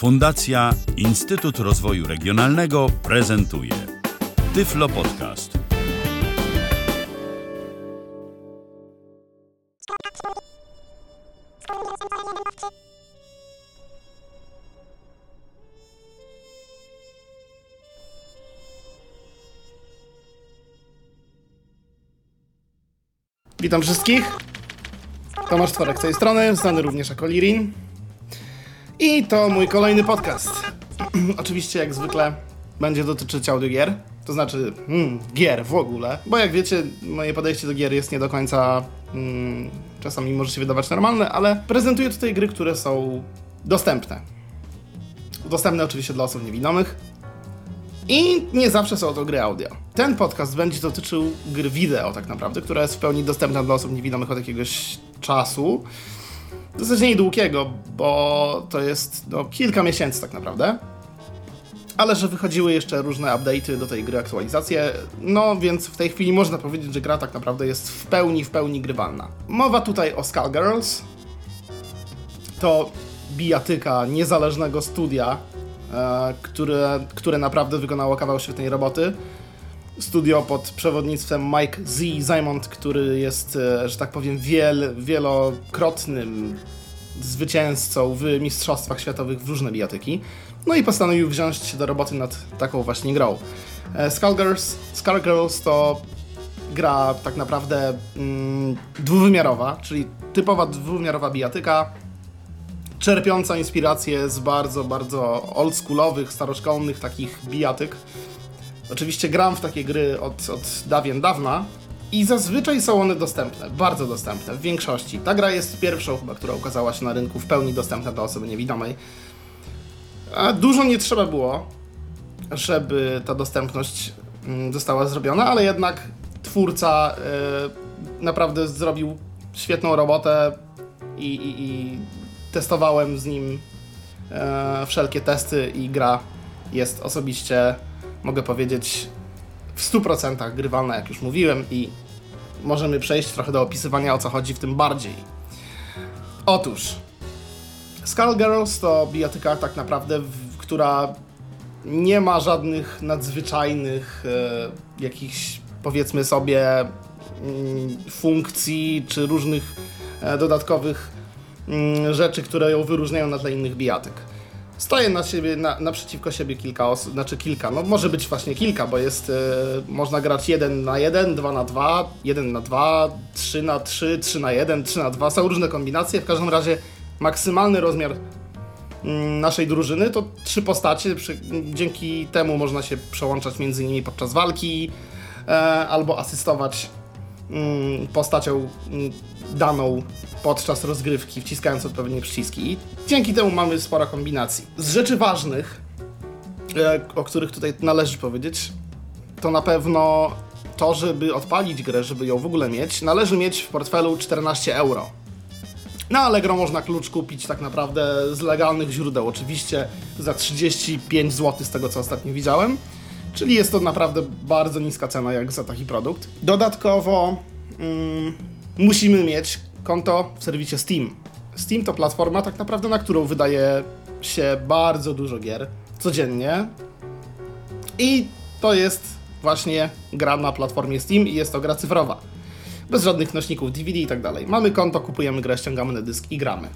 Fundacja Instytut Rozwoju Regionalnego prezentuje Tyflo Podcast. Witam wszystkich. Tomasz Tworek z tej strony, znany również jako Lirin. I to mój kolejny podcast. Oczywiście, jak zwykle, będzie dotyczyć audiogier. To znaczy, gier w ogóle. Bo jak wiecie, moje podejście do gier jest nie do końca czasami może się wydawać normalne, ale prezentuję tutaj gry, które są dostępne. Dostępne oczywiście dla osób niewidomych. I nie zawsze są to gry audio. Ten podcast będzie dotyczył gry wideo tak naprawdę, która jest w pełni dostępna dla osób niewidomych od jakiegoś czasu. Dosyć niedługiego, bo to jest kilka miesięcy tak naprawdę. Ale że wychodziły jeszcze różne update'y do tej gry, aktualizacje, więc w tej chwili można powiedzieć, że gra tak naprawdę jest w pełni grywalna. Mowa tutaj o Skullgirls. To bijatyka niezależnego studia, które naprawdę wykonało kawał świetnej roboty. Studio pod przewodnictwem Mike Zaimont, który jest, że tak powiem, wielokrotnym zwycięzcą w mistrzostwach światowych w różne bijatyki. No i postanowił wziąć się do roboty nad taką właśnie grą. Skullgirls to gra tak naprawdę dwuwymiarowa, czyli typowa dwuwymiarowa bijatyka, czerpiąca inspiracje z bardzo oldschoolowych, staroszkolnych takich bijatyk. Oczywiście gram w takie gry od dawien dawna i zazwyczaj są one dostępne, bardzo dostępne w większości. Ta gra jest pierwszą chyba, która ukazała się na rynku w pełni dostępna dla osoby niewidomej. Dużo nie trzeba było, żeby ta dostępność została zrobiona, ale jednak twórca naprawdę zrobił świetną robotę i testowałem z nim wszelkie testy i gra jest osobiście, mogę powiedzieć, w 100% grywalna, jak już mówiłem, i możemy przejść trochę do opisywania, o co chodzi w tym bardziej. Otóż Skullgirls to bijatyka tak naprawdę, która nie ma żadnych nadzwyczajnych jakichś, powiedzmy sobie, funkcji czy różnych dodatkowych rzeczy, które ją wyróżniają na tle innych bijatyk. Stoję naprzeciwko siebie kilka osób, może być właśnie kilka, bo jest, można grać 1-1, 2-2, 1-2, 3-3, 3-1, 3-2, są różne kombinacje, w każdym razie maksymalny rozmiar naszej drużyny to 3 postacie, dzięki temu można się przełączać między nimi podczas walki, albo asystować postacią daną podczas rozgrywki, wciskając odpowiednie przyciski. I dzięki temu mamy sporo kombinacji. Z rzeczy ważnych, o których tutaj należy powiedzieć, to na pewno to, żeby odpalić grę, żeby ją w ogóle mieć, należy mieć w portfelu 14 euro. Na Allegro można klucz kupić tak naprawdę z legalnych źródeł, oczywiście za 35 zł z tego, co ostatnio widziałem. Czyli jest to naprawdę bardzo niska cena jak za taki produkt. Dodatkowo musimy mieć konto w serwisie Steam. Steam to platforma tak naprawdę, na którą wydaje się bardzo dużo gier codziennie. I to jest właśnie gra na platformie Steam i jest to gra cyfrowa. Bez żadnych nośników DVD i tak dalej. Mamy konto, kupujemy grę, ściągamy na dysk i gramy.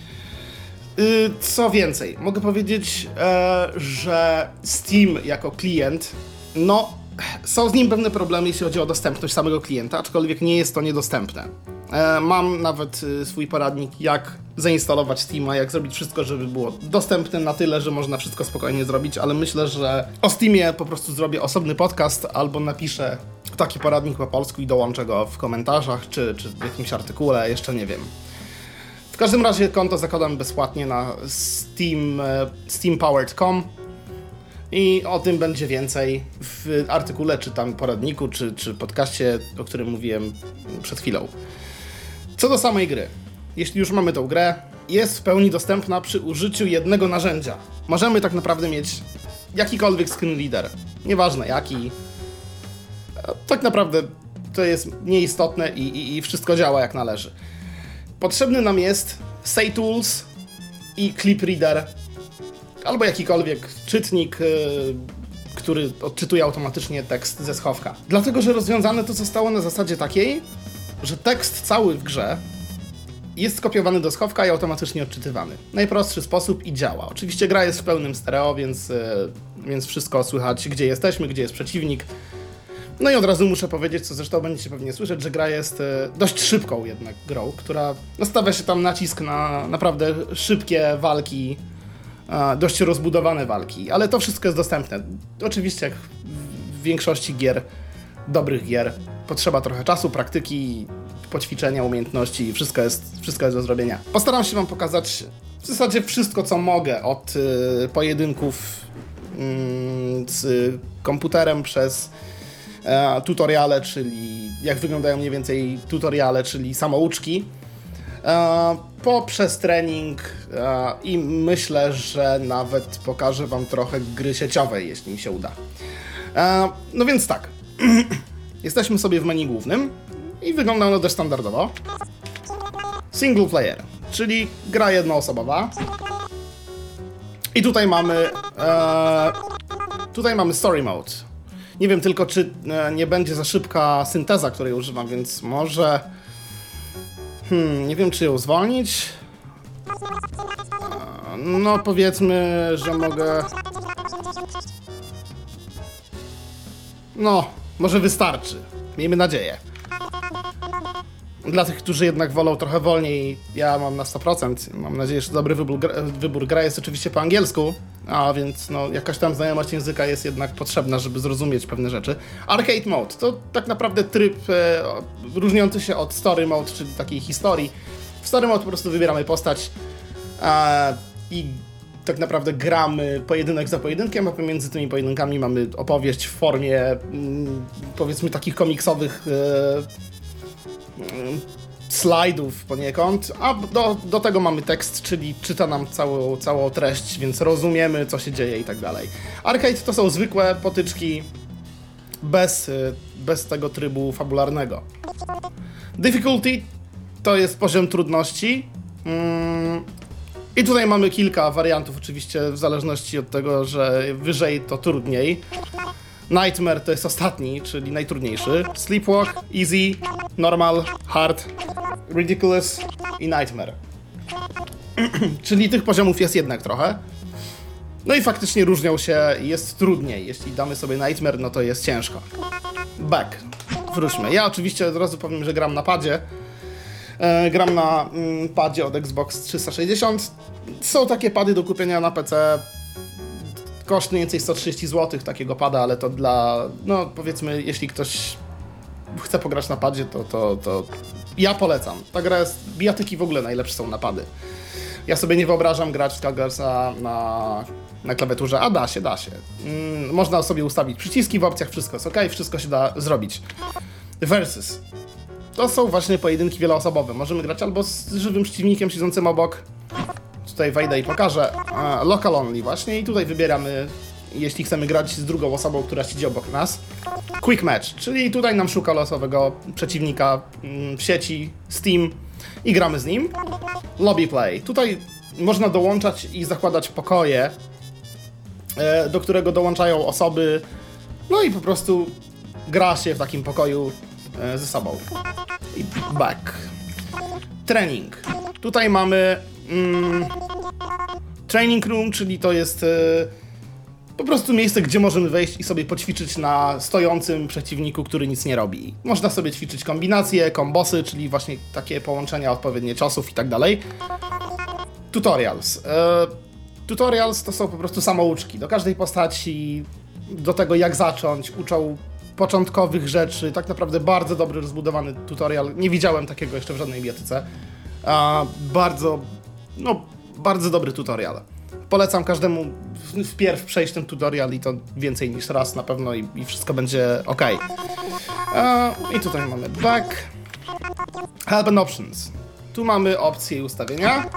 Co więcej, mogę powiedzieć, że Steam jako klient, są z nim pewne problemy, jeśli chodzi o dostępność samego klienta, aczkolwiek nie jest to niedostępne. Mam nawet swój poradnik, jak zainstalować Steama, jak zrobić wszystko, żeby było dostępne na tyle, że można wszystko spokojnie zrobić, ale myślę, że o Steamie po prostu zrobię osobny podcast albo napiszę taki poradnik po polsku i dołączę go w komentarzach, czy w jakimś artykule, jeszcze nie wiem. W każdym razie konto zakładam bezpłatnie na steampowered.com i o tym będzie więcej w artykule, czy tam poradniku, czy podcaście, o którym mówiłem przed chwilą. Co do samej gry. Jeśli już mamy tą grę, jest w pełni dostępna przy użyciu jednego narzędzia. Możemy tak naprawdę mieć jakikolwiek screen reader. Nieważne jaki. Tak naprawdę to jest nieistotne i wszystko działa jak należy. Potrzebny nam jest SayTools i Clip Reader albo jakikolwiek czytnik, który odczytuje automatycznie tekst ze schowka. Dlatego, że rozwiązane to zostało na zasadzie takiej, że tekst cały w grze jest skopiowany do schowka i automatycznie odczytywany. Najprostszy sposób i działa. Oczywiście gra jest w pełnym stereo, więc wszystko słychać, gdzie jesteśmy, gdzie jest przeciwnik. No i od razu muszę powiedzieć, co zresztą będziecie pewnie słyszeć, że gra jest dość szybką jednak grą, która stawia się tam nacisk na naprawdę szybkie walki, dość rozbudowane walki, ale to wszystko jest dostępne. Oczywiście jak w większości gier, dobrych gier, potrzeba trochę czasu, praktyki, poćwiczenia, umiejętności i wszystko jest do zrobienia. Postaram się wam pokazać w zasadzie wszystko, co mogę, od pojedynków z komputerem przez tutoriale, czyli jak wyglądają mniej więcej tutoriale, czyli samouczki, poprzez trening i myślę, że nawet pokażę wam trochę gry sieciowej, jeśli mi się uda. No więc tak, jesteśmy sobie w menu głównym i wygląda ono dość standardowo. Single player, czyli gra jednoosobowa. I tutaj mamy story mode. Nie wiem tylko, czy nie będzie za szybka synteza, której używam, więc może... nie wiem, czy ją zwolnić. No, powiedzmy, że mogę... No, może wystarczy. Miejmy nadzieję. Dla tych, którzy jednak wolą trochę wolniej, ja mam na 100%. Mam nadzieję, że dobry wybór. Gra jest oczywiście po angielsku, a więc no, jakaś tam znajomość języka jest jednak potrzebna, żeby zrozumieć pewne rzeczy. Arcade Mode to tak naprawdę tryb różniący się od Story Mode, czyli takiej historii. W Story Mode po prostu wybieramy postać i tak naprawdę gramy pojedynek za pojedynkiem, a pomiędzy tymi pojedynkami mamy opowieść w formie powiedzmy takich komiksowych slajdów poniekąd, a do tego mamy tekst, czyli czyta nam całą treść, więc rozumiemy, co się dzieje i tak dalej. Arcade to są zwykłe potyczki bez tego trybu fabularnego. Difficulty to jest poziom trudności. I tutaj mamy kilka wariantów, oczywiście w zależności od tego, że wyżej to trudniej. Nightmare to jest ostatni, czyli najtrudniejszy. Sleepwalk, Easy, Normal, Hard, Ridiculous i Nightmare. Czyli tych poziomów jest jednak trochę. No i faktycznie różnią się, jest trudniej. Jeśli damy sobie Nightmare, no to jest ciężko. Back. Wróćmy. Ja oczywiście od razu powiem, że gram na padzie. Gram na padzie od Xbox 360. Są takie pady do kupienia na PC. Koszt mniej więcej 130 zł takiego pada, ale to dla, no powiedzmy, jeśli ktoś chce pograć na padzie, to ja polecam. Ta gra jest, bijatyki w ogóle najlepsze są na pady. Ja sobie nie wyobrażam grać w Skullgirlsa na klawiaturze, a da się. Można sobie ustawić przyciski w opcjach, wszystko jest ok, wszystko się da zrobić. Versus. To są właśnie pojedynki wieloosobowe. Możemy grać albo z żywym przeciwnikiem siedzącym obok. Tutaj wejdę i pokażę. Local only właśnie i tutaj wybieramy, jeśli chcemy grać z drugą osobą, która siedzi obok nas. Quick match, czyli tutaj nam szuka losowego przeciwnika w sieci Steam i gramy z nim. Lobby play. Tutaj można dołączać i zakładać pokoje, do którego dołączają osoby. No i po prostu gra się w takim pokoju ze sobą. I back. Training. Tutaj mamy training room, czyli to jest po prostu miejsce, gdzie możemy wejść i sobie poćwiczyć na stojącym przeciwniku, który nic nie robi. Można sobie ćwiczyć kombinacje, kombosy, czyli właśnie takie połączenia odpowiednie ciosów i tak dalej. Tutorials. Tutorials to są po prostu samouczki. Do każdej postaci, do tego jak zacząć, uczą początkowych rzeczy. Tak naprawdę bardzo dobry, rozbudowany tutorial. Nie widziałem takiego jeszcze w żadnej bijatyce. Bardzo dobry tutorial. Polecam każdemu wpierw przejść ten tutorial i to więcej niż raz na pewno i wszystko będzie ok. I tutaj mamy back. Help and options. Tu mamy opcje i ustawienia.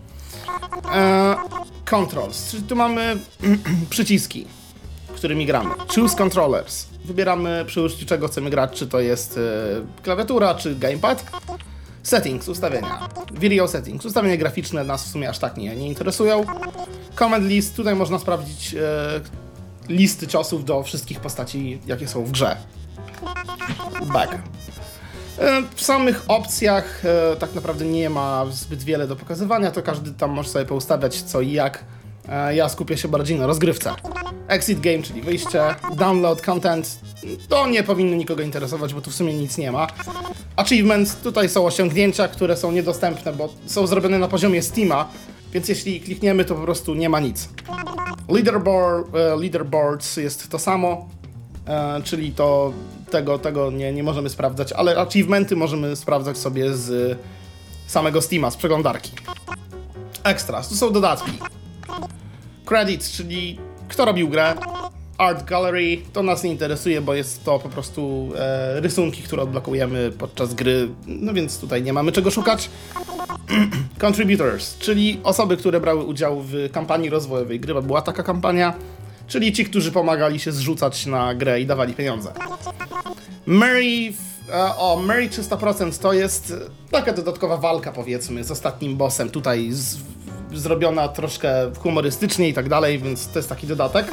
Controls, czyli tu mamy przyciski, którymi gramy. Choose controllers. Wybieramy przy użyciu czego chcemy grać, czy to jest klawiatura, czy gamepad. Settings, ustawienia. Video settings, ustawienia graficzne nas w sumie aż tak nie interesują. Command list, tutaj można sprawdzić listy ciosów do wszystkich postaci, jakie są w grze. Back. W samych opcjach tak naprawdę nie ma zbyt wiele do pokazywania, to każdy tam może sobie poustawiać co i jak. Ja skupię się bardziej na rozgrywce. Exit game, czyli wyjście, download content, to nie powinno nikogo interesować, bo tu w sumie nic nie ma. Achievements, tutaj są osiągnięcia, które są niedostępne, bo są zrobione na poziomie Steama, więc jeśli klikniemy, to po prostu nie ma nic. Leaderboards jest to samo, czyli to tego nie możemy sprawdzać, ale achievementy możemy sprawdzać sobie z samego Steama, z przeglądarki. Extras, to są dodatki. Credits, czyli kto robił grę. Art Gallery, to nas nie interesuje, bo jest to po prostu rysunki, które odblokujemy podczas gry, no więc tutaj nie mamy czego szukać. Contributors, czyli osoby, które brały udział w kampanii rozwojowej gry, bo była taka kampania, czyli ci, którzy pomagali się zrzucać na grę i dawali pieniądze. Mary 300% to jest taka dodatkowa walka, powiedzmy, z ostatnim bossem, tutaj zrobiona troszkę humorystycznie i tak dalej, więc to jest taki dodatek.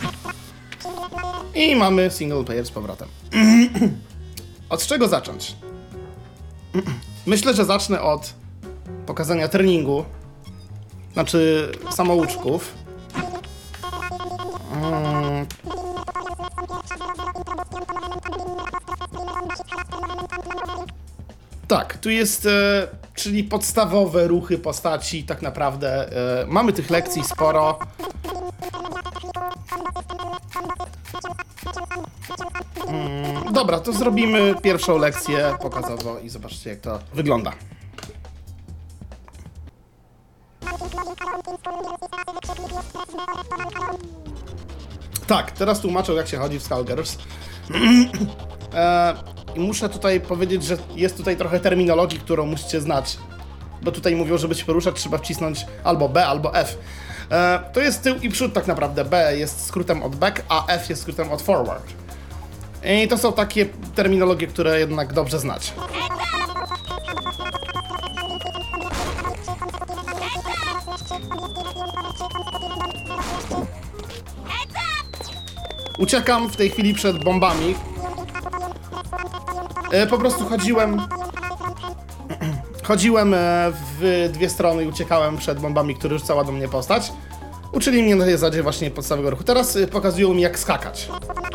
I mamy single player z powrotem. Od czego zacząć? Myślę, że zacznę od pokazania treningu, znaczy samouczków. Tak, tu jest, czyli podstawowe ruchy postaci, tak naprawdę. Mamy tych lekcji sporo. Dobra, to zrobimy pierwszą lekcję pokazowo i zobaczcie, jak to wygląda. Tak, teraz tłumaczę, jak się chodzi w Skullgirls. I muszę tutaj powiedzieć, że jest tutaj trochę terminologii, którą musicie znać. Bo tutaj mówią, żeby się poruszać, trzeba wcisnąć albo B, albo F. To jest tył i przód tak naprawdę. B jest skrótem od back, a F jest skrótem od forward. I to są takie terminologie, które jednak dobrze znać. Uciekam w tej chwili przed bombami. Po prostu chodziłem w dwie strony i uciekałem przed bombami, które rzucała do mnie postać. Uczyli mnie na tej zasadzie właśnie podstawowego ruchu. Teraz pokazują mi, jak skakać.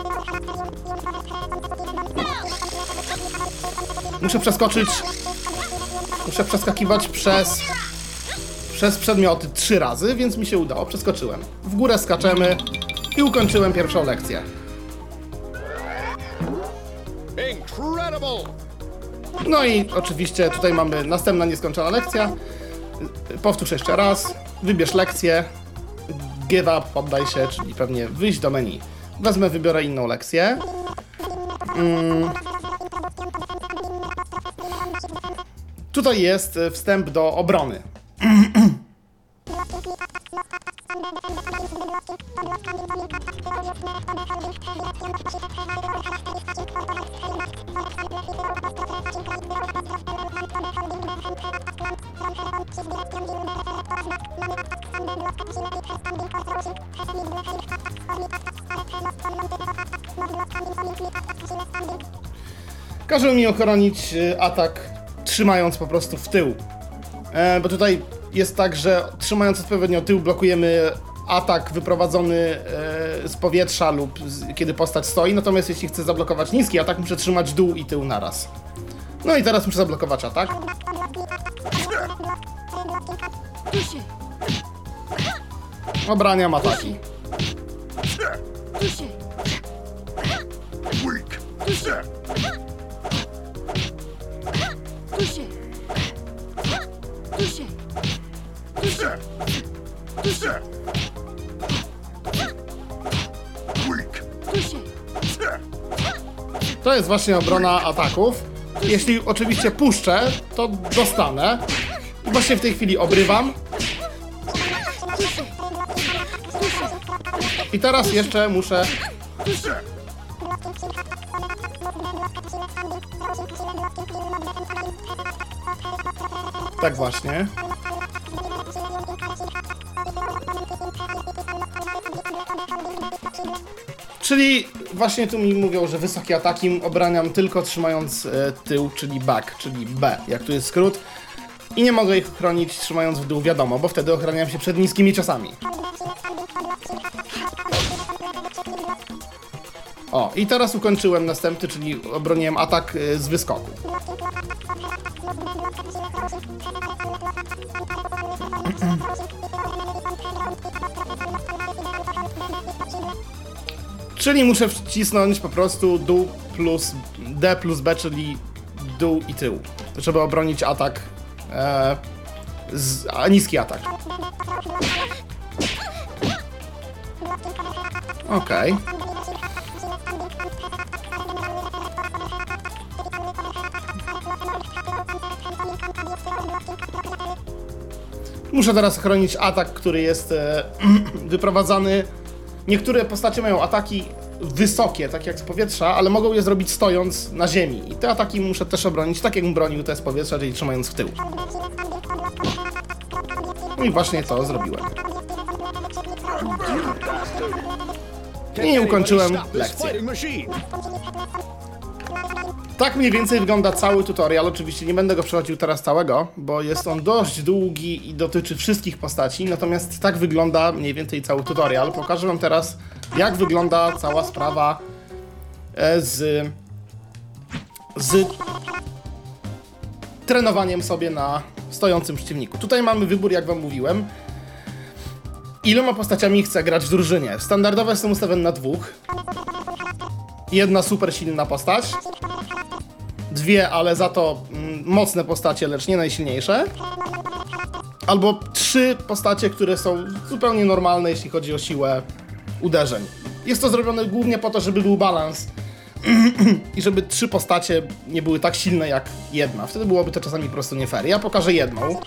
Muszę przeskakiwać przez przedmioty 3 razy, więc mi się udało, przeskoczyłem. W górę skaczemy i ukończyłem pierwszą lekcję. No i oczywiście tutaj mamy następna nieskończona lekcja. Powtórz jeszcze raz, wybierz lekcję, give up, poddaj się, czyli pewnie wyjść do menu. Wybiorę inną lekcję. Tutaj jest wstęp do obrony. Każą mi ochronić atak, trzymając po prostu w tył. Bo tutaj jest tak, że trzymając odpowiednio tył blokujemy atak wyprowadzony z powietrza lub kiedy postać stoi, natomiast jeśli chcę zablokować niski atak, muszę trzymać dół i tył naraz. No i teraz muszę zablokować atak. Obraniam ataki. To jest właśnie obrona ataków. Jeśli oczywiście puszczę, to dostanę. I właśnie w tej chwili obrywam. I teraz jeszcze muszę... Tak właśnie. Czyli właśnie tu mi mówią, że wysokie ataki obraniam tylko trzymając tył, czyli back, czyli B, jak tu jest skrót. I nie mogę ich chronić trzymając w dół, wiadomo, bo wtedy ochraniam się przed niskimi ciosami. O, i teraz ukończyłem następny, czyli obroniłem atak z wyskoku. Czyli muszę wcisnąć po prostu dół plus D plus B, czyli dół i tył, żeby obronić atak, niski atak. Okej. Muszę teraz chronić atak, który jest wyprowadzany. Niektóre postacie mają ataki wysokie, tak jak z powietrza, ale mogą je zrobić stojąc na ziemi. I te ataki muszę też obronić, tak jakbym bronił te z powietrza, czyli trzymając w tył. I właśnie to zrobiłem. I ukończyłem lekcję. Tak mniej więcej wygląda cały tutorial. Oczywiście nie będę go przechodził teraz całego, bo jest on dość długi i dotyczy wszystkich postaci. Natomiast tak wygląda mniej więcej cały tutorial. Pokażę wam teraz, jak wygląda cała sprawa z trenowaniem sobie na stojącym przeciwniku. Tutaj mamy wybór, jak wam mówiłem. Iloma postaciami chcę grać w drużynie. Standardowo jestem ustawiony na 2. Jedna super silna postać. 2, ale za to mocne postacie, lecz nie najsilniejsze. Albo 3 postacie, które są zupełnie normalne, jeśli chodzi o siłę uderzeń. Jest to zrobione głównie po to, żeby był balans i żeby 3 postacie nie były tak silne jak jedna. Wtedy byłoby to czasami po prostu nie fair. Ja pokażę jedną.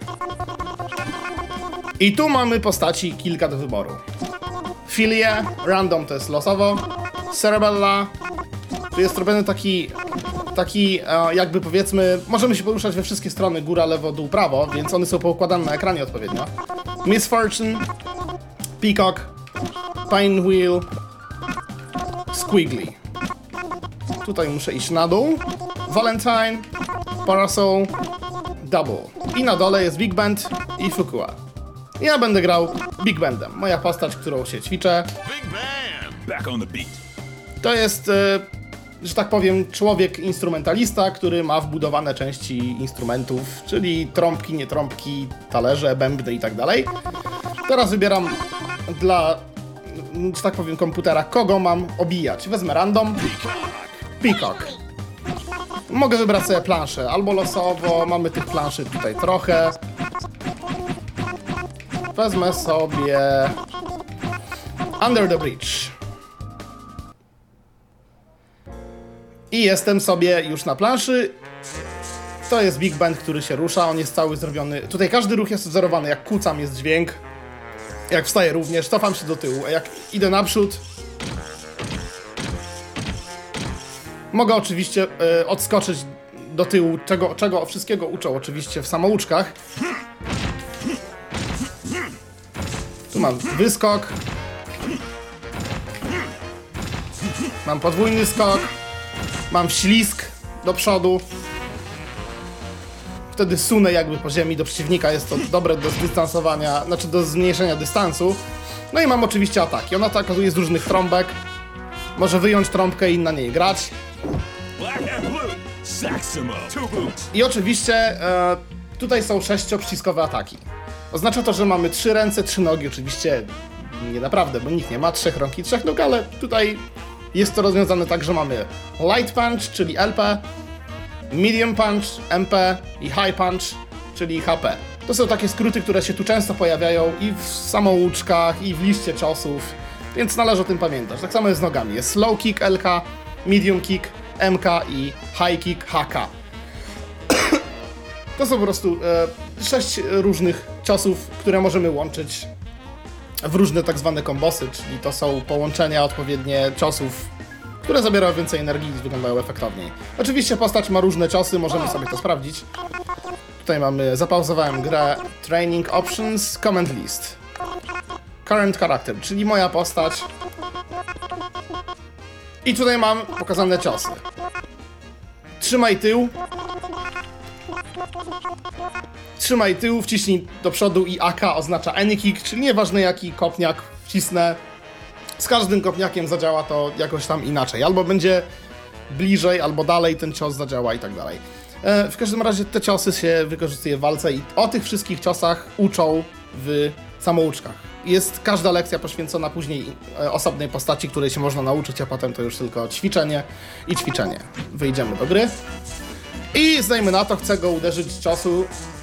I tu mamy postaci kilka do wyboru. Filie, random to jest losowo. Cerebella, tu jest robiony taki jakby powiedzmy, możemy się poruszać we wszystkie strony, góra, lewo, dół, prawo, więc one są poukładane na ekranie odpowiednio. Misfortune, Peacock, Pinwheel, Squiggly. Tutaj muszę iść na dół. Valentine, Parasol, Double. I na dole jest Big Band i Fukua. Ja będę grał Big Bandem. Moja postać, którą się ćwiczę. To jest, że tak powiem, człowiek instrumentalista, który ma wbudowane części instrumentów, czyli trąbki, nie trąbki, talerze, bębny i tak dalej. Teraz wybieram dla, że tak powiem, komputera, kogo mam obijać. Wezmę random. Peacock. Mogę wybrać sobie planszę, albo losowo, mamy tych planszy tutaj trochę. Wezmę sobie Under the Bridge. I jestem sobie już na planszy. To jest Big Band, który się rusza, on jest cały zrobiony. Tutaj każdy ruch jest wzorowany, jak kucam jest dźwięk. Jak wstaję również, cofam się do tyłu, a jak idę naprzód, mogę oczywiście odskoczyć do tyłu, czego wszystkiego uczą oczywiście w samouczkach. Tu mam wyskok. Mam podwójny skok. Mam ślizg do przodu. Wtedy sunę jakby po ziemi do przeciwnika, jest to dobre do zdystansowania, znaczy do zmniejszenia dystansu. No i mam oczywiście ataki. On atakuje z różnych trąbek. Może wyjąć trąbkę i na niej grać. I oczywiście tutaj są 6-przyciskowe ataki. Oznacza to, że mamy 3 ręce, 3 nogi. Oczywiście nie naprawdę, bo nikt nie ma 3 rąk i 3 nóg, ale tutaj jest to rozwiązane tak, że mamy Light Punch, czyli LP, Medium Punch, MP i High Punch, czyli HP. To są takie skróty, które się tu często pojawiają i w samouczkach, i w liście ciosów, więc należy o tym pamiętać. Tak samo jest z nogami. Jest Low Kick LK, Medium Kick MK i High Kick HK. To są po prostu 6 różnych ciosów, które możemy łączyć w różne tak zwane kombosy, czyli to są połączenia odpowiednie ciosów, które zabierają więcej energii i wyglądają efektowniej. Oczywiście postać ma różne ciosy, możemy sobie to sprawdzić. Tutaj mamy, zapauzowałem grę, Training Options, Command List. Current Character, czyli moja postać I tutaj mam pokazane ciosy. Trzymaj tył. Trzymaj tył, wciśnij do przodu i AK oznacza any kick, czyli nieważne jaki kopniak wcisnę. Z każdym kopniakiem zadziała to jakoś tam inaczej. Albo będzie bliżej, albo dalej ten cios zadziała i tak dalej. W każdym razie te ciosy się wykorzystuje w walce i o tych wszystkich ciosach uczą w samouczkach. Jest każda lekcja poświęcona później osobnej postaci, której się można nauczyć, a potem to już tylko ćwiczenie i ćwiczenie. Wyjdziemy do gry. I zdajmy na to, chcę go uderzyć z ciosu.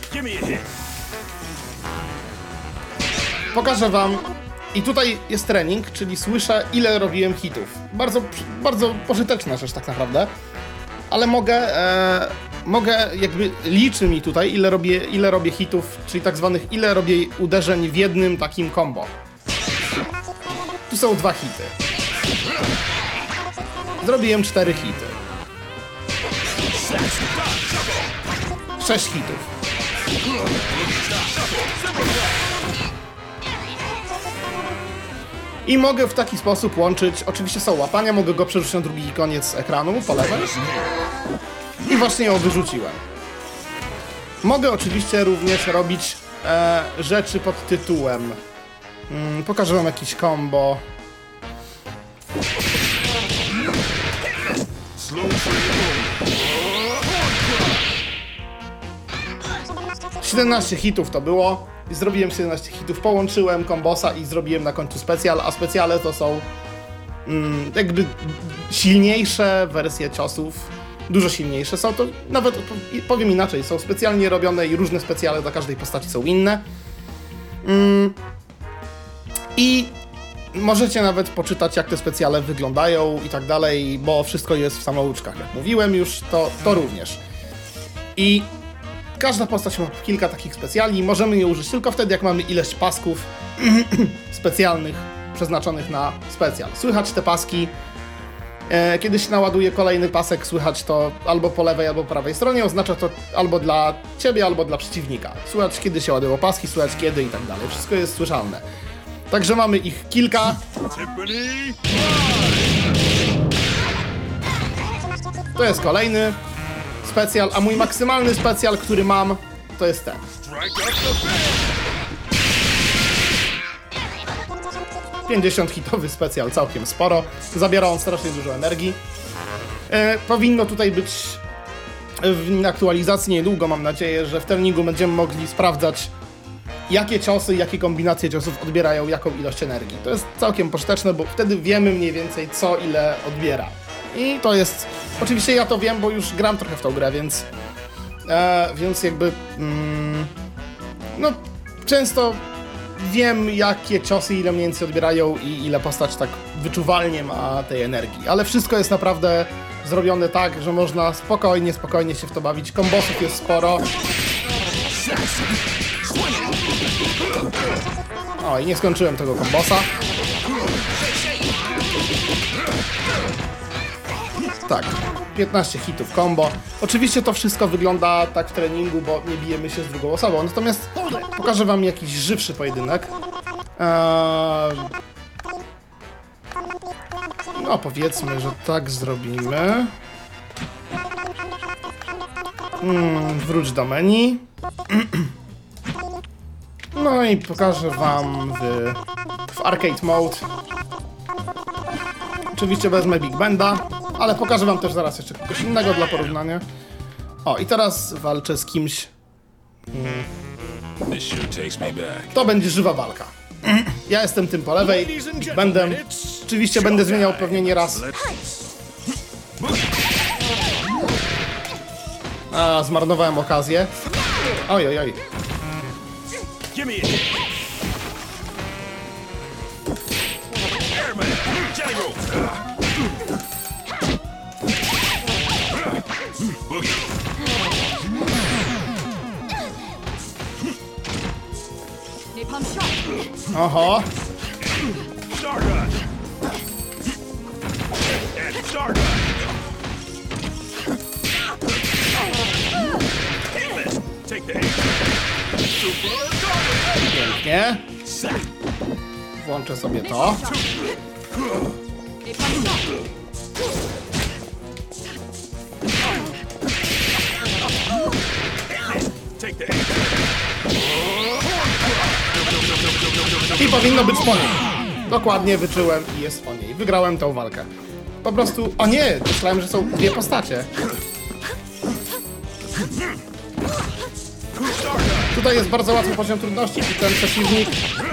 Pokażę wam. I tutaj jest trening, czyli słyszę, ile robiłem hitów. Bardzo pożyteczna rzecz tak naprawdę. Ale mogę jakby liczy mi tutaj, ile robię hitów, czyli tak zwanych, ile robię uderzeń w jednym takim combo. Tu są 2 hity. Zrobiłem 4 hity. 6 hitów. I mogę w taki sposób łączyć, oczywiście są łapania, mogę go przerzucić na drugi koniec ekranu, po lewej. I właśnie ją wyrzuciłem. Mogę oczywiście również robić rzeczy pod tytułem. Pokażę wam jakieś combo. 17 hitów to było. I zrobiłem 17 hitów, połączyłem kombosa i zrobiłem na końcu specjal, a specjale to są jakby silniejsze wersje ciosów, dużo silniejsze są to, nawet powiem inaczej, są specjalnie robione i różne specjale dla każdej postaci są inne. I możecie nawet poczytać, jak te specjale wyglądają i tak dalej, bo wszystko jest w samouczkach, jak mówiłem już, to również. I każda postać ma kilka takich specjali, możemy je użyć tylko wtedy, jak mamy ileś pasków specjalnych, przeznaczonych na specjal. Słychać te paski, kiedy się naładuje kolejny pasek, słychać to albo po lewej, albo po prawej stronie, oznacza to albo dla ciebie, albo dla przeciwnika. Słychać, kiedy się ładują paski, słychać kiedy i tak dalej, wszystko jest słyszalne. Także mamy ich kilka. To jest kolejny specjal, a mój maksymalny specjal, który mam, to jest ten. 50 hitowy specjal, całkiem sporo. Zabiera on strasznie dużo energii. Powinno tutaj być w aktualizacji niedługo, mam nadzieję, że w treningu będziemy mogli sprawdzać, jakie ciosy, jakie kombinacje ciosów odbierają jaką ilość energii. To jest całkiem pożyteczne, bo wtedy wiemy mniej więcej, co ile odbiera. I to jest... Oczywiście ja to wiem, bo już gram trochę w tą grę, więc jakby... no, często wiem, jakie ciosy ile mniej więcej odbierają i ile postać tak wyczuwalnie ma tej energii. Ale wszystko jest naprawdę zrobione tak, że można spokojnie się w to bawić. Kombosów jest sporo. O, i nie skończyłem tego kombosa. Tak, 15 hitów combo. Oczywiście to wszystko wygląda tak w treningu, bo nie bijemy się z drugą osobą. Natomiast pokażę wam jakiś żywszy pojedynek. No powiedzmy, że tak zrobimy. Wróć do menu. No i pokażę wam w arcade mode. Oczywiście wezmę Big Benda, ale pokażę wam też zaraz jeszcze kogoś innego dla porównania. O, i teraz walczę z kimś. To będzie żywa walka. Ja jestem tym po lewej, Big Bendem. Oczywiście będę zmieniał pewnie nieraz. A, zmarnowałem okazję. Oj. Oho. Pięknie. Włączę sobie to. I powinno być po niej. Dokładnie wyczułem i jest po niej. Wygrałem tą walkę. Po prostu... O nie! Myślałem, że są dwie postacie. Tutaj jest bardzo łatwy poziom trudności i ten przeciwnik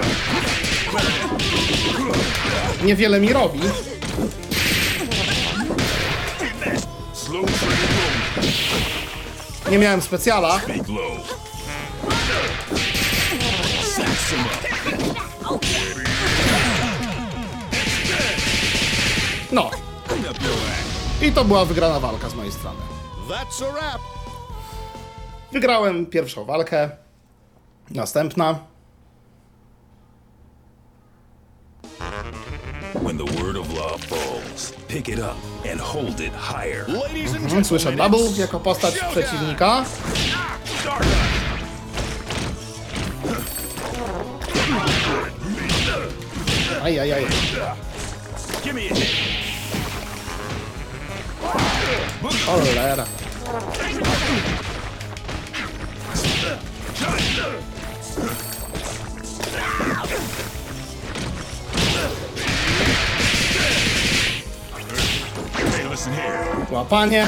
niewiele mi robi. Nie miałem specjala. No. I to była wygrana walka z mojej strony. Wygrałem pierwszą walkę. Następna. When the word of law falls, pick it up and hold it higher. Słyszę Double jako postać przeciwnika. Ajajaj. Cholera. Łapanie.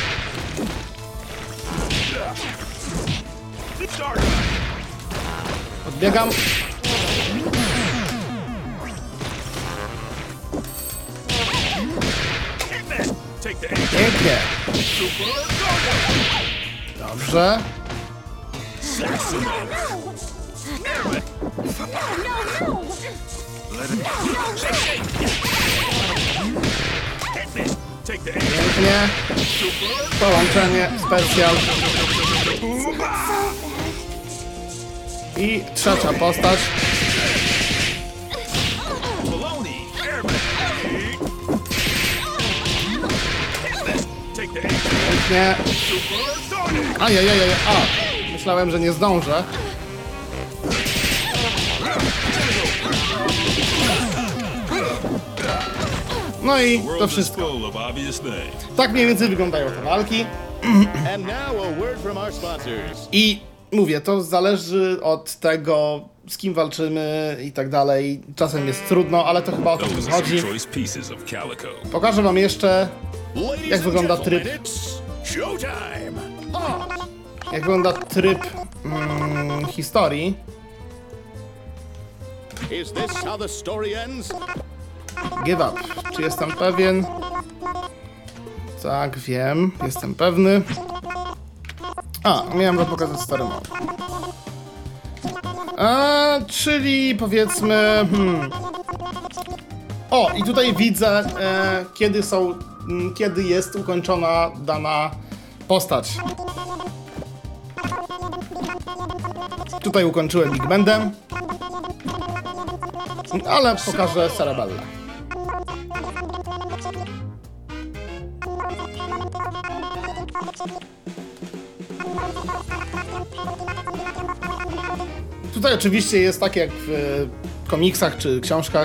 Odbiegam. Pięknie. Dobrze. Pięknie. Połączenie, specjal. I trzecia postać. Pięknie. Ajajajaj. A, myślałem, że nie zdążę. No i to wszystko. Tak mniej więcej wyglądają te walki. I mówię, to zależy od tego, z kim walczymy i tak dalej. Czasem jest trudno, ale to chyba o to chodzi. Pokażę wam jeszcze, jak wygląda tryb. Jak wygląda tryb historii. Give up. Czy jestem pewien? Tak, wiem. Jestem pewny. A, miałem wam pokazać stary mode. Czyli powiedzmy... O, i tutaj widzę, kiedy jest ukończona dana postać. Tutaj ukończyłem Big Bandem. Ale pokażę Cerebellę. Tutaj oczywiście jest tak jak w komiksach czy książkach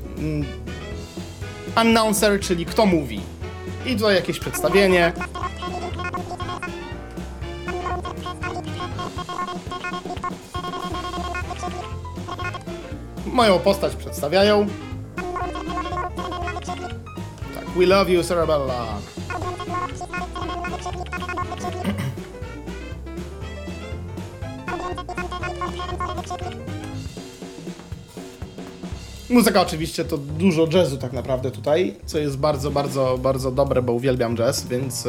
announcer, czyli kto mówi. I tutaj jakieś przedstawienie. Moją postać przedstawiają. Tak, we love you, Cerebella. Muzyka oczywiście to dużo jazzu tak naprawdę tutaj, co jest bardzo, bardzo, bardzo dobre, bo uwielbiam jazz, więc...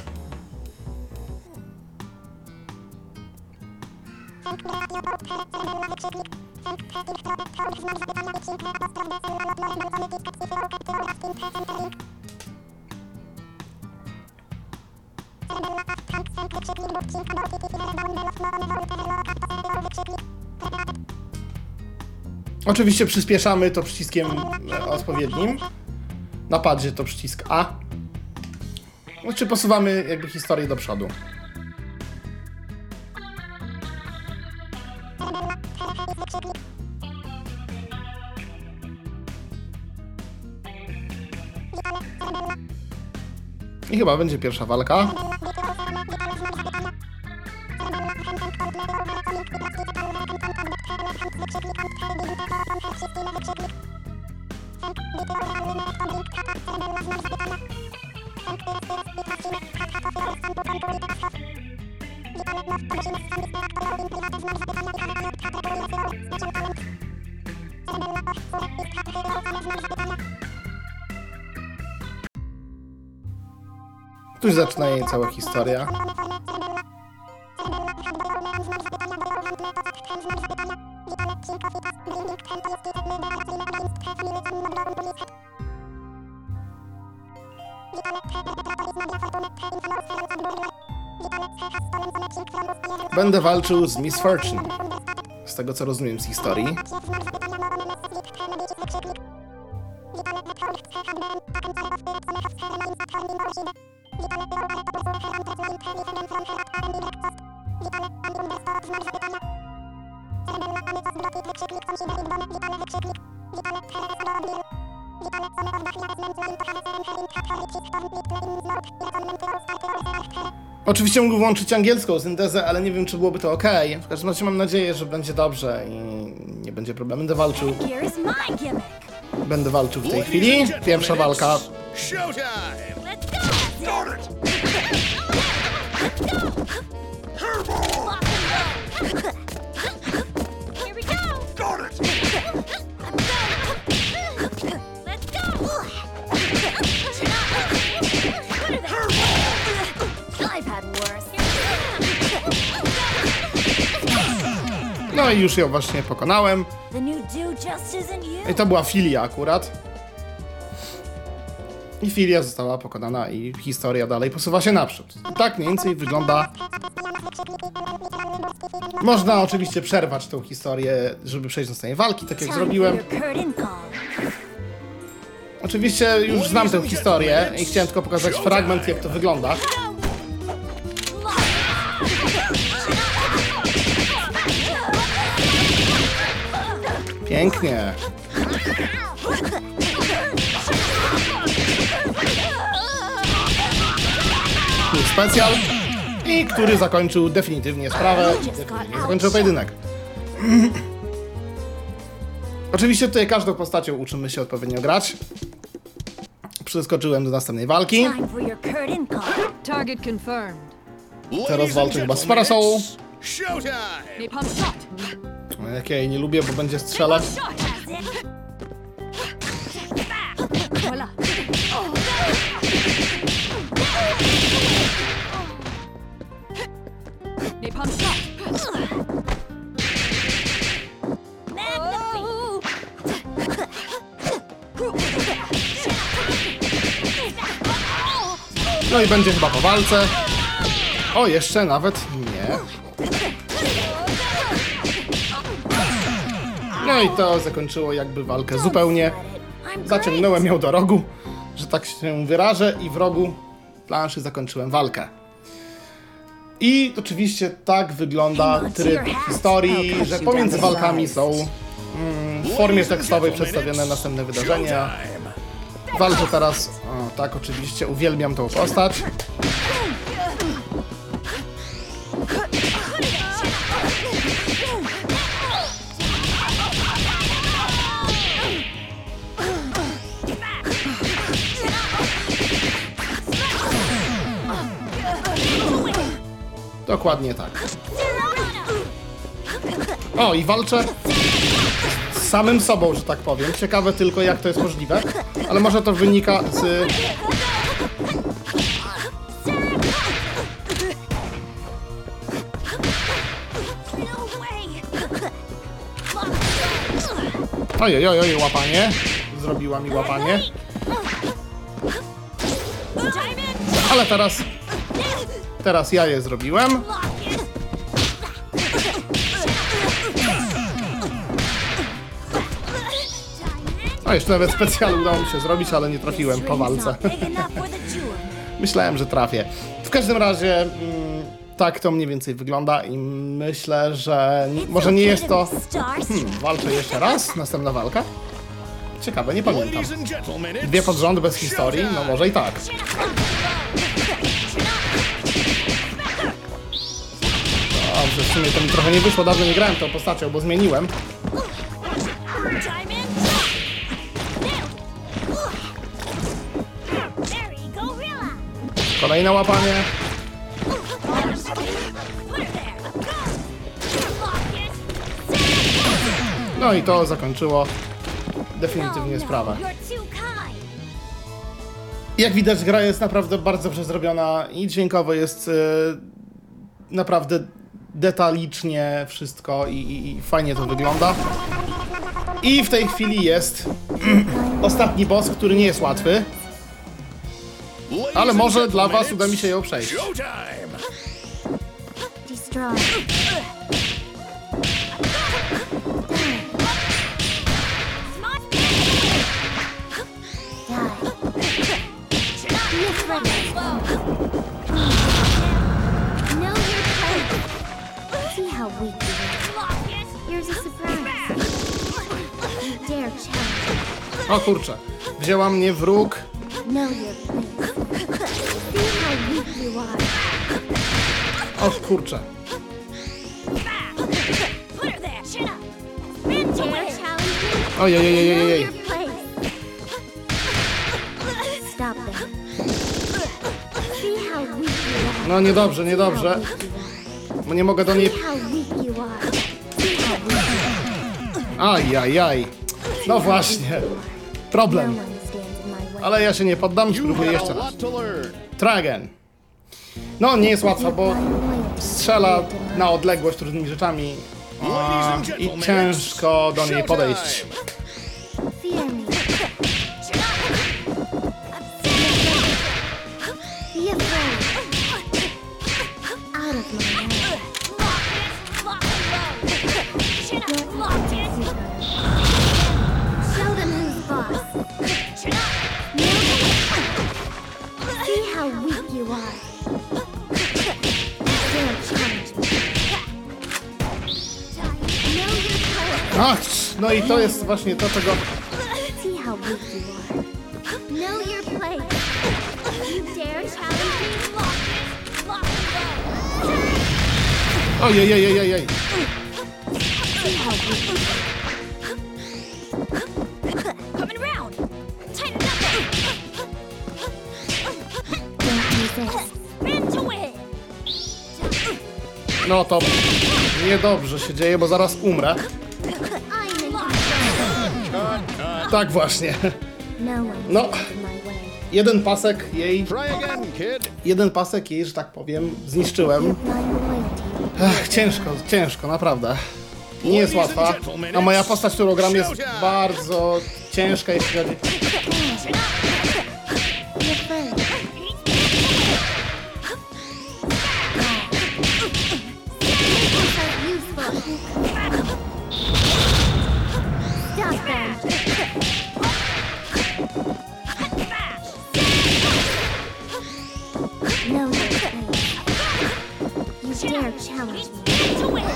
Oczywiście przyspieszamy to przyciskiem odpowiednim. Na padzie to przycisk A. Czy posuwamy jakby historię do przodu. I chyba będzie pierwsza walka. Tu zaczyna jej cała historia. Będę walczył z Miss Fortune. Z tego co rozumiem z historii. Oczywiście mógł włączyć angielską syntezę, ale nie wiem, czy byłoby to ok. W każdym razie mam nadzieję, że będzie dobrze i nie będzie problemu. Będę walczył w tej chwili. Pierwsza walka. No i już ją właśnie pokonałem. I to była Filia akurat. I Filia została pokonana i historia dalej posuwa się naprzód. I tak mniej więcej wygląda... Można oczywiście przerwać tą historię, żeby przejść do następnej walki, tak jak zrobiłem. Oczywiście już znam tę historię i chciałem tylko pokazać fragment, jak to wygląda. Pięknie. Specjal. I który zakończył definitywnie sprawę. Zakończył pojedynek. Oczywiście tutaj każdą postacią uczymy się odpowiednio grać. Przeskoczyłem do następnej walki. Teraz walczę chyba z Parasolą. Jak ja jej nie lubię, bo będzie strzelać. No i będzie chyba po walce. O, jeszcze nawet nie. No i to zakończyło jakby walkę zupełnie. Zaciągnąłem ją do rogu, że tak się wyrażę, i w rogu planszy zakończyłem walkę. I oczywiście tak wygląda tryb historii, że pomiędzy walkami są w formie tekstowej przedstawione następne wydarzenia. Walczę teraz, o tak, oczywiście uwielbiam tą postać. Dokładnie tak. O, i walczę z samym sobą, że tak powiem. Ciekawe tylko, jak to jest możliwe, ale może to wynika z... Ojej, łapanie. Zrobiła mi łapanie. Ale teraz ja je zrobiłem. A jeszcze nawet specjalnie udało mi się zrobić, ale nie trafiłem po walce. Myślałem, że trafię. W każdym razie tak to mniej więcej wygląda i myślę, że może nie jest to... walczę jeszcze raz, następna walka. Ciekawe, nie pamiętam. 2 pod rząd bez historii? No może i tak. że w sumie to mi trochę nie wyszło, dawno nie grałem tą postacią, bo zmieniłem. Kolejne łapanie. No i to zakończyło definitywnie sprawę. Jak widać, gra jest naprawdę bardzo dobrze zrobiona i dźwiękowo jest naprawdę detalicznie wszystko i fajnie to wygląda. I w tej chwili jest ostatni boss, który nie jest łatwy, ale może dla was uda mi się ją przejść. See how weak you are. Here's a surprise. You dare challenge. O kurczę, wzięła mnie wróg. Know your place. See how weak you are. O kurczę. Dare challenge me? Know Ojej. your place. Stop them. See how weak you are. No niedobrze. See how weak you are. Bo nie mogę do niej... See how weak you are. See how weak you are. Ajajaj. No właśnie. No Problem. one stands in my way. Ale ja się nie poddam, spróbuję jeszcze raz. Tragen. No nie jest łatwa, bo strzela na odległość różnymi rzeczami i ciężko do niej podejść. Fear me. Be afraid. Out of my way. Show them who's boss. See how weak you are. Dare challenge me. Know your power. Ach, no i to jest właśnie to, czego... See how weak you are. Know your place. You dare challenge me? Ojej. See how weak you are. Coming around. Tighten up. Don't resist. Spin to win. No to niedobrze się dzieje, bo zaraz umrę. I'm in control. Tak właśnie. No one No. stands in my way. Jeden pasek jej, że tak powiem, zniszczyłem. My loyalty. Ciężko, naprawdę. Nie jest łatwa, a moja postać, którą gram, jest bardzo ciężka, jeśli chodzi... Be afraid. Useful. Stop them. Know your place. You dare challenge me. To win.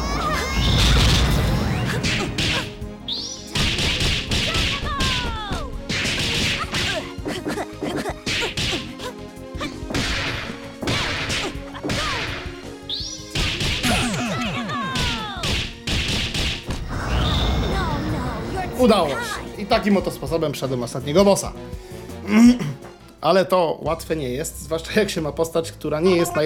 Udało się. I takim oto sposobem wszedłem ostatniego bossa. Ale to łatwe nie jest, zwłaszcza jak się ma postać, która nie jest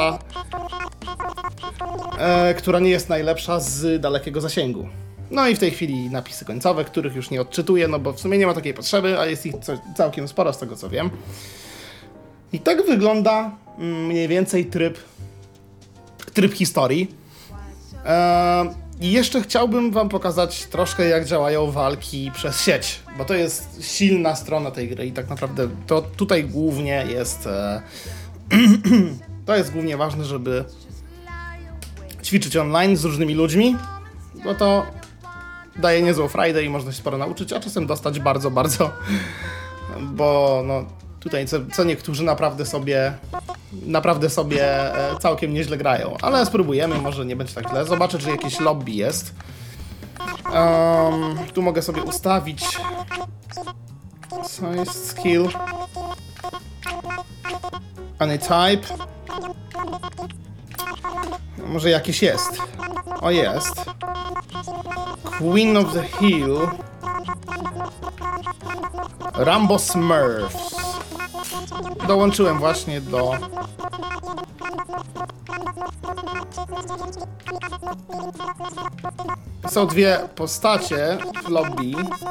najlepsza z dalekiego zasięgu. No i w tej chwili napisy końcowe, których już nie odczytuję, no bo w sumie nie ma takiej potrzeby, a jest ich całkiem sporo z tego co wiem. I tak wygląda mniej więcej tryb historii. I jeszcze chciałbym wam pokazać troszkę, jak działają walki przez sieć, bo to jest silna strona tej gry i tak naprawdę to tutaj głównie jest to jest głównie ważne, żeby ćwiczyć online z różnymi ludźmi, bo to daje niezłą frajdę i można się sporo nauczyć, a czasem dostać bardzo, bo no tutaj co niektórzy naprawdę sobie całkiem nieźle grają. Ale spróbujemy, może nie będzie tak źle. Zobaczę, czy jakieś lobby jest. Tu mogę sobie ustawić... Co jest skill? Any type. Może jakieś jest. O, jest. Queen of the Hill. Rambo Smurfs. Dołączyłem właśnie do... Są dwie postacie w lobby.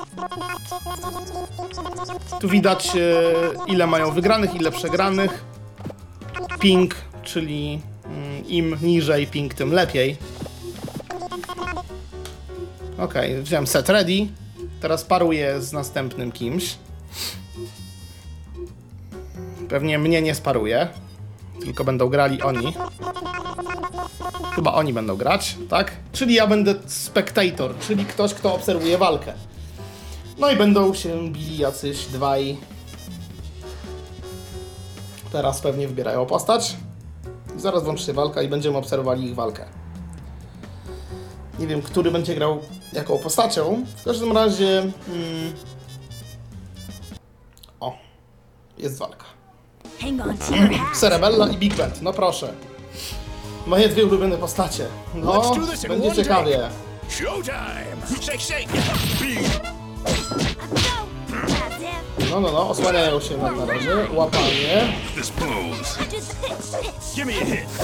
Tu widać ile mają wygranych, ile przegranych. Ping, czyli im niżej ping, tym lepiej. Okej, wziąłem set ready. Teraz paruję z następnym kimś. Pewnie mnie nie sparuje, tylko będą grali oni. Chyba oni będą grać, tak? Czyli ja będę spectator, czyli ktoś, kto obserwuje walkę. No i będą się bili jacyś dwaj. Teraz pewnie wybierają postać. I zaraz włączy się walka i będziemy obserwowali ich walkę. Nie wiem, który będzie grał jaką postacią. W każdym razie... O, jest walka. Hang on to your hat. Cerebella i Big Band, no proszę. Moje dwie ulubione postacie. No, będzie ciekawie. Showtime! Shake, shake! That's it. No, osłaniają się na razie. Łapanie. This pose. I just pitch. Give me a hit.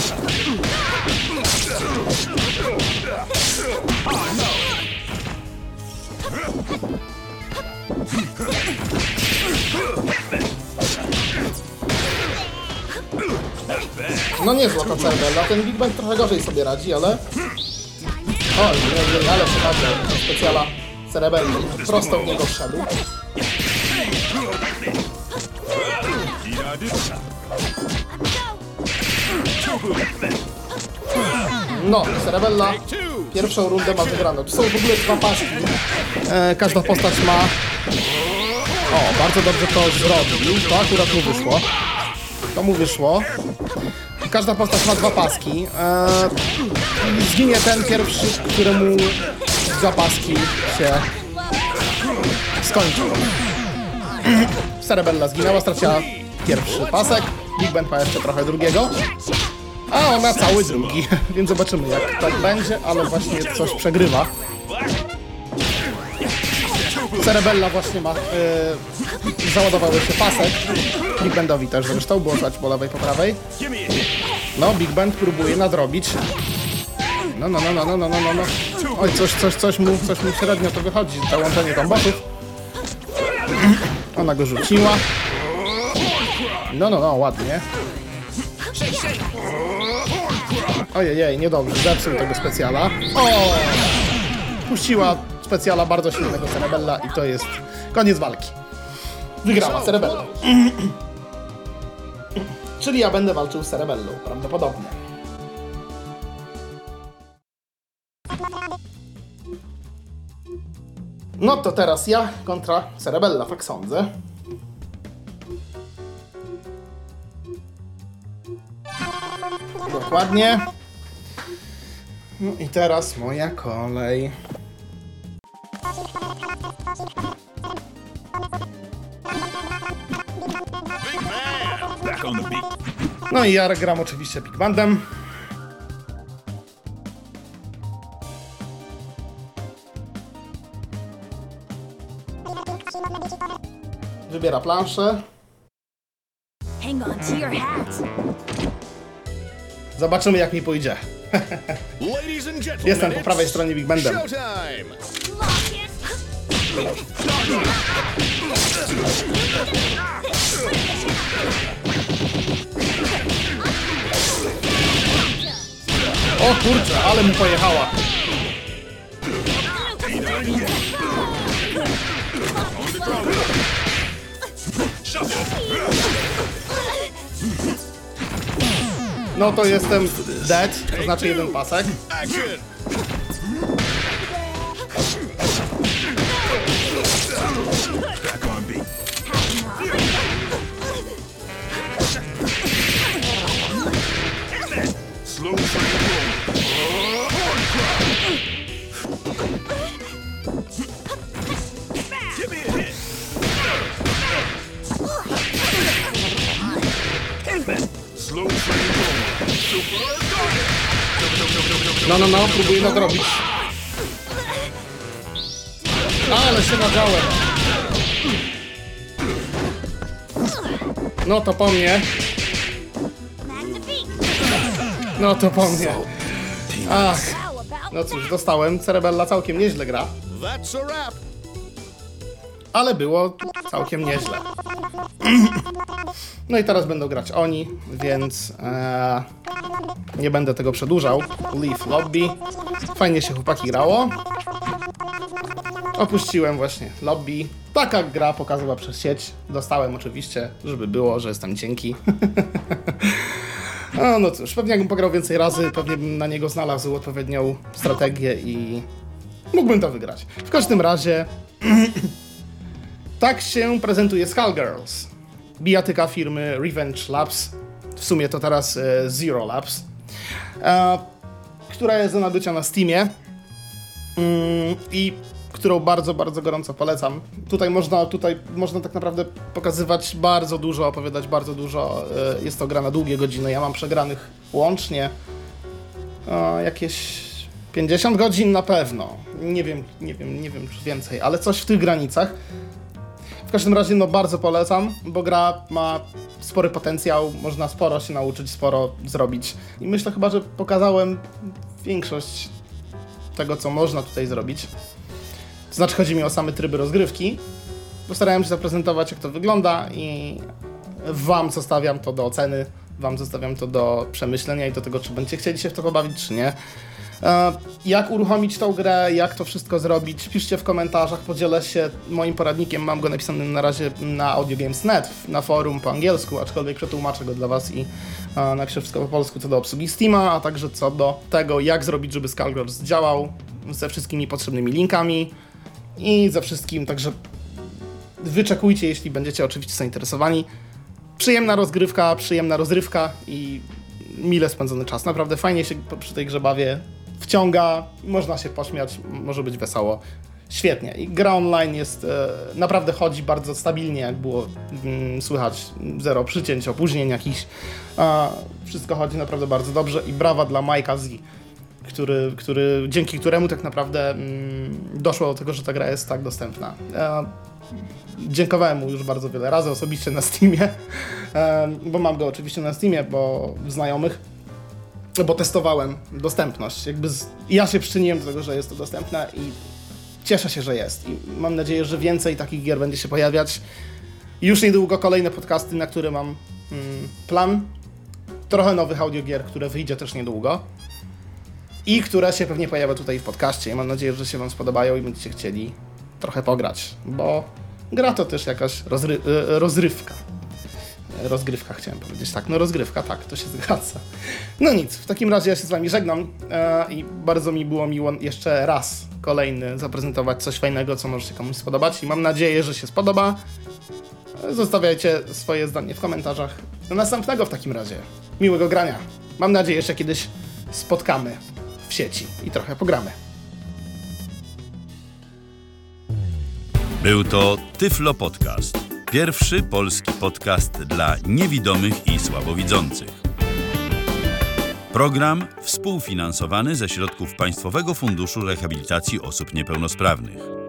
No niezła ta Cerebella, ten Big Bang trochę gorzej sobie radzi, ale... Oj, nie, ale przepraszam, specjala Cerebelli. Prosto w niego wszedł. No, Cerebella pierwszą rundę ma wygraną. Tu są w ogóle dwa paski. Każda postać ma... O, bardzo dobrze to zrobił. To akurat mu wyszło. To mu wyszło. Każda postać ma dwa paski. Zginie ten pierwszy, któremu dwa paski się skończą. Cerebella zginęła, straciła pierwszy pasek. Big Band ma jeszcze trochę drugiego. A ona cały drugi. Więc zobaczymy, jak tak będzie, ale właśnie coś przegrywa. Cerebella właśnie ma... załadowały się pasek. Big Bandowi też zresztą, było słychać po lewej, po prawej. No, Big Band próbuje nadrobić. No. Oj, coś mu średnio to wychodzi. Załączenie kombosów. Ona go rzuciła. No, ładnie. Ojej, niedobrze, zepsuł tego specjala. O! Puściła specjala bardzo silnego Cerebella i to jest koniec walki. Wygrała Cerebella. Czyli ja będę walczył z Cerebellą, prawdopodobnie. No to teraz ja kontra Cerebella, tak sądzę. Dokładnie. No i teraz moja kolej. Back on the beat. No i ja gram oczywiście Big Bandem. Wybiera planszę. Hang on to your hat. Zobaczymy, jak mi pójdzie. Ladies and gentlemen, Jestem po prawej stronie Big Bandem. showtime! Lock it. O kurczę, ale mu pojechała. No to jestem dead, to znaczy jeden pasek. Action! Back on beat. Slow train roll. Give me a hit. Slow train roll. No, próbuję nadrobić. Ale się nadziałem. No to po mnie. No to po mnie. Ach. How about No cóż, dostałem. Cerebella całkiem nieźle gra. Ale było całkiem nieźle. No i teraz będą grać oni, więc nie będę tego przedłużał. Leave lobby. Fajnie się chłopaki grało. Opuściłem właśnie lobby. Taka gra pokazała przez sieć. Dostałem oczywiście, żeby było, że jestem cienki. No cóż, pewnie jakbym pograł więcej razy, pewnie bym na niego znalazł odpowiednią strategię i mógłbym to wygrać. W każdym razie tak się prezentuje Skullgirls. Bijatyka firmy Revenge Labs. W sumie to teraz Zero Labs. Która jest do nabycia na Steamie. I którą bardzo, bardzo gorąco polecam. Tutaj można tak naprawdę pokazywać bardzo dużo, opowiadać bardzo dużo. Jest to gra na długie godziny. Ja mam przegranych łącznie jakieś 50 godzin na pewno. Nie wiem czy więcej, ale coś w tych granicach. W każdym razie bardzo polecam, bo gra ma spory potencjał, można sporo się nauczyć, sporo zrobić. I myślę chyba, że pokazałem większość tego, co można tutaj zrobić. To znaczy chodzi mi o same tryby rozgrywki. Postarałem się zaprezentować, jak to wygląda i wam zostawiam to do oceny, wam zostawiam to do przemyślenia i do tego, czy będziecie chcieli się w to pobawić, czy nie. Jak uruchomić tą grę, jak to wszystko zrobić, piszcie w komentarzach, podzielę się moim poradnikiem, mam go napisany na razie na AudioGames.net, na forum po angielsku, aczkolwiek przetłumaczę go dla was i napiszę wszystko po polsku co do obsługi Steama, a także co do tego, jak zrobić, żeby Skullgirls działał, ze wszystkimi potrzebnymi linkami i ze wszystkim, także wyczekujcie, jeśli będziecie oczywiście zainteresowani. Przyjemna rozrywka i mile spędzony czas. Naprawdę fajnie się przy tej grze bawię, wciąga, można się pośmiać, może być wesoło. Świetnie. I gra online jest, naprawdę chodzi bardzo stabilnie, jak było słychać, zero przycięć, opóźnień jakichś. Wszystko chodzi naprawdę bardzo dobrze i brawa dla Mike'a Z, dzięki któremu tak naprawdę doszło do tego, że ta gra jest tak dostępna. Dziękowałem mu już bardzo wiele razy osobiście na Steamie, bo mam go oczywiście na Steamie, bo znajomych, bo testowałem dostępność. Ja się przyczyniłem do tego, że jest to dostępne i cieszę się, że jest. I mam nadzieję, że więcej takich gier będzie się pojawiać. Już niedługo kolejne podcasty, na które mam plan. Trochę nowych audiogier, które wyjdzie też niedługo. I które się pewnie pojawią tutaj w podcaście. I mam nadzieję, że się wam spodobają i będziecie chcieli trochę pograć, bo gra to też jakaś rozrywka. Rozgrywka chciałem powiedzieć, tak, rozgrywka, tak, to się zgadza. No nic, w takim razie ja się z wami żegnam i bardzo mi było miło jeszcze raz kolejny zaprezentować coś fajnego, co może się komuś spodobać i mam nadzieję, że się spodoba. Zostawiajcie swoje zdanie w komentarzach. Do następnego w takim razie. Miłego grania. Mam nadzieję, że kiedyś spotkamy w sieci i trochę pogramy. Był to Tyflo Podcast. Pierwszy polski podcast dla niewidomych i słabowidzących. Program współfinansowany ze środków Państwowego Funduszu Rehabilitacji Osób Niepełnosprawnych.